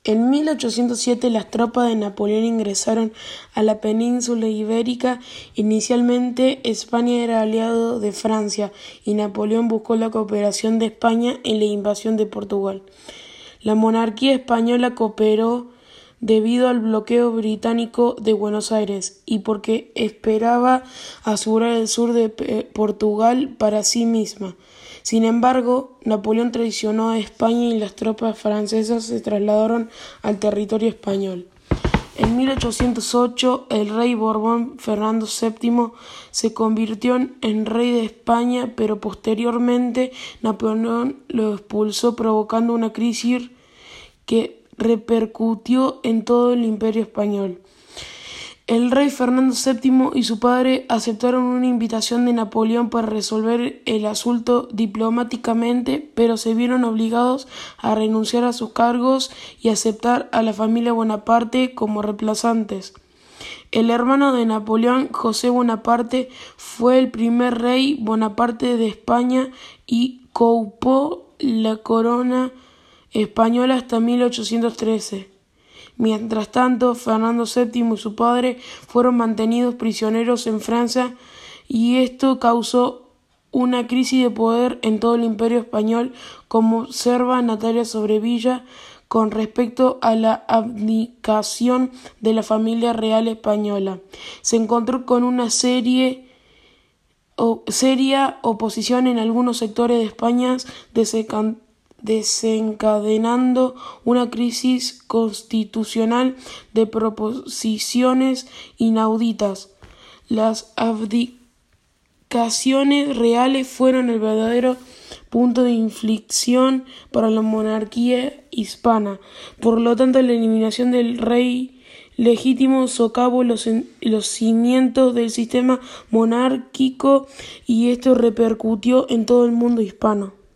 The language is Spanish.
En 1807 las tropas de Napoleón ingresaron a la península ibérica. Inicialmente España era aliado de Francia y Napoleón buscó la cooperación de España en la invasión de Portugal. La monarquía española cooperó debido al bloqueo británico de Buenos Aires y porque esperaba asegurar el sur de Portugal para sí misma. Sin embargo, Napoleón traicionó a España y las tropas francesas se trasladaron al territorio español. En 1808, el rey Borbón Fernando VII se convirtió en rey de España, pero posteriormente Napoleón lo expulsó, provocando una crisis que repercutió en todo el Imperio español. El rey Fernando VII y su padre aceptaron una invitación de Napoleón para resolver el asunto diplomáticamente, pero se vieron obligados a renunciar a sus cargos y aceptar a la familia Bonaparte como reemplazantes. El hermano de Napoleón, José Bonaparte, fue el primer rey Bonaparte de España y ocupó la corona española hasta 1813. Mientras tanto, Fernando VII y su padre fueron mantenidos prisioneros en Francia y esto causó una crisis de poder en todo el Imperio español, como observa Natalia Sobrevilla con respecto a la abdicación de la familia real española. Se encontró con una seria oposición en algunos sectores de España, desencadenando una crisis constitucional de proposiciones inauditas. Las abdicaciones reales fueron el verdadero punto de inflexión para la monarquía hispana. Por lo tanto, la eliminación del rey legítimo socavó los cimientos del sistema monárquico y esto repercutió en todo el mundo hispano.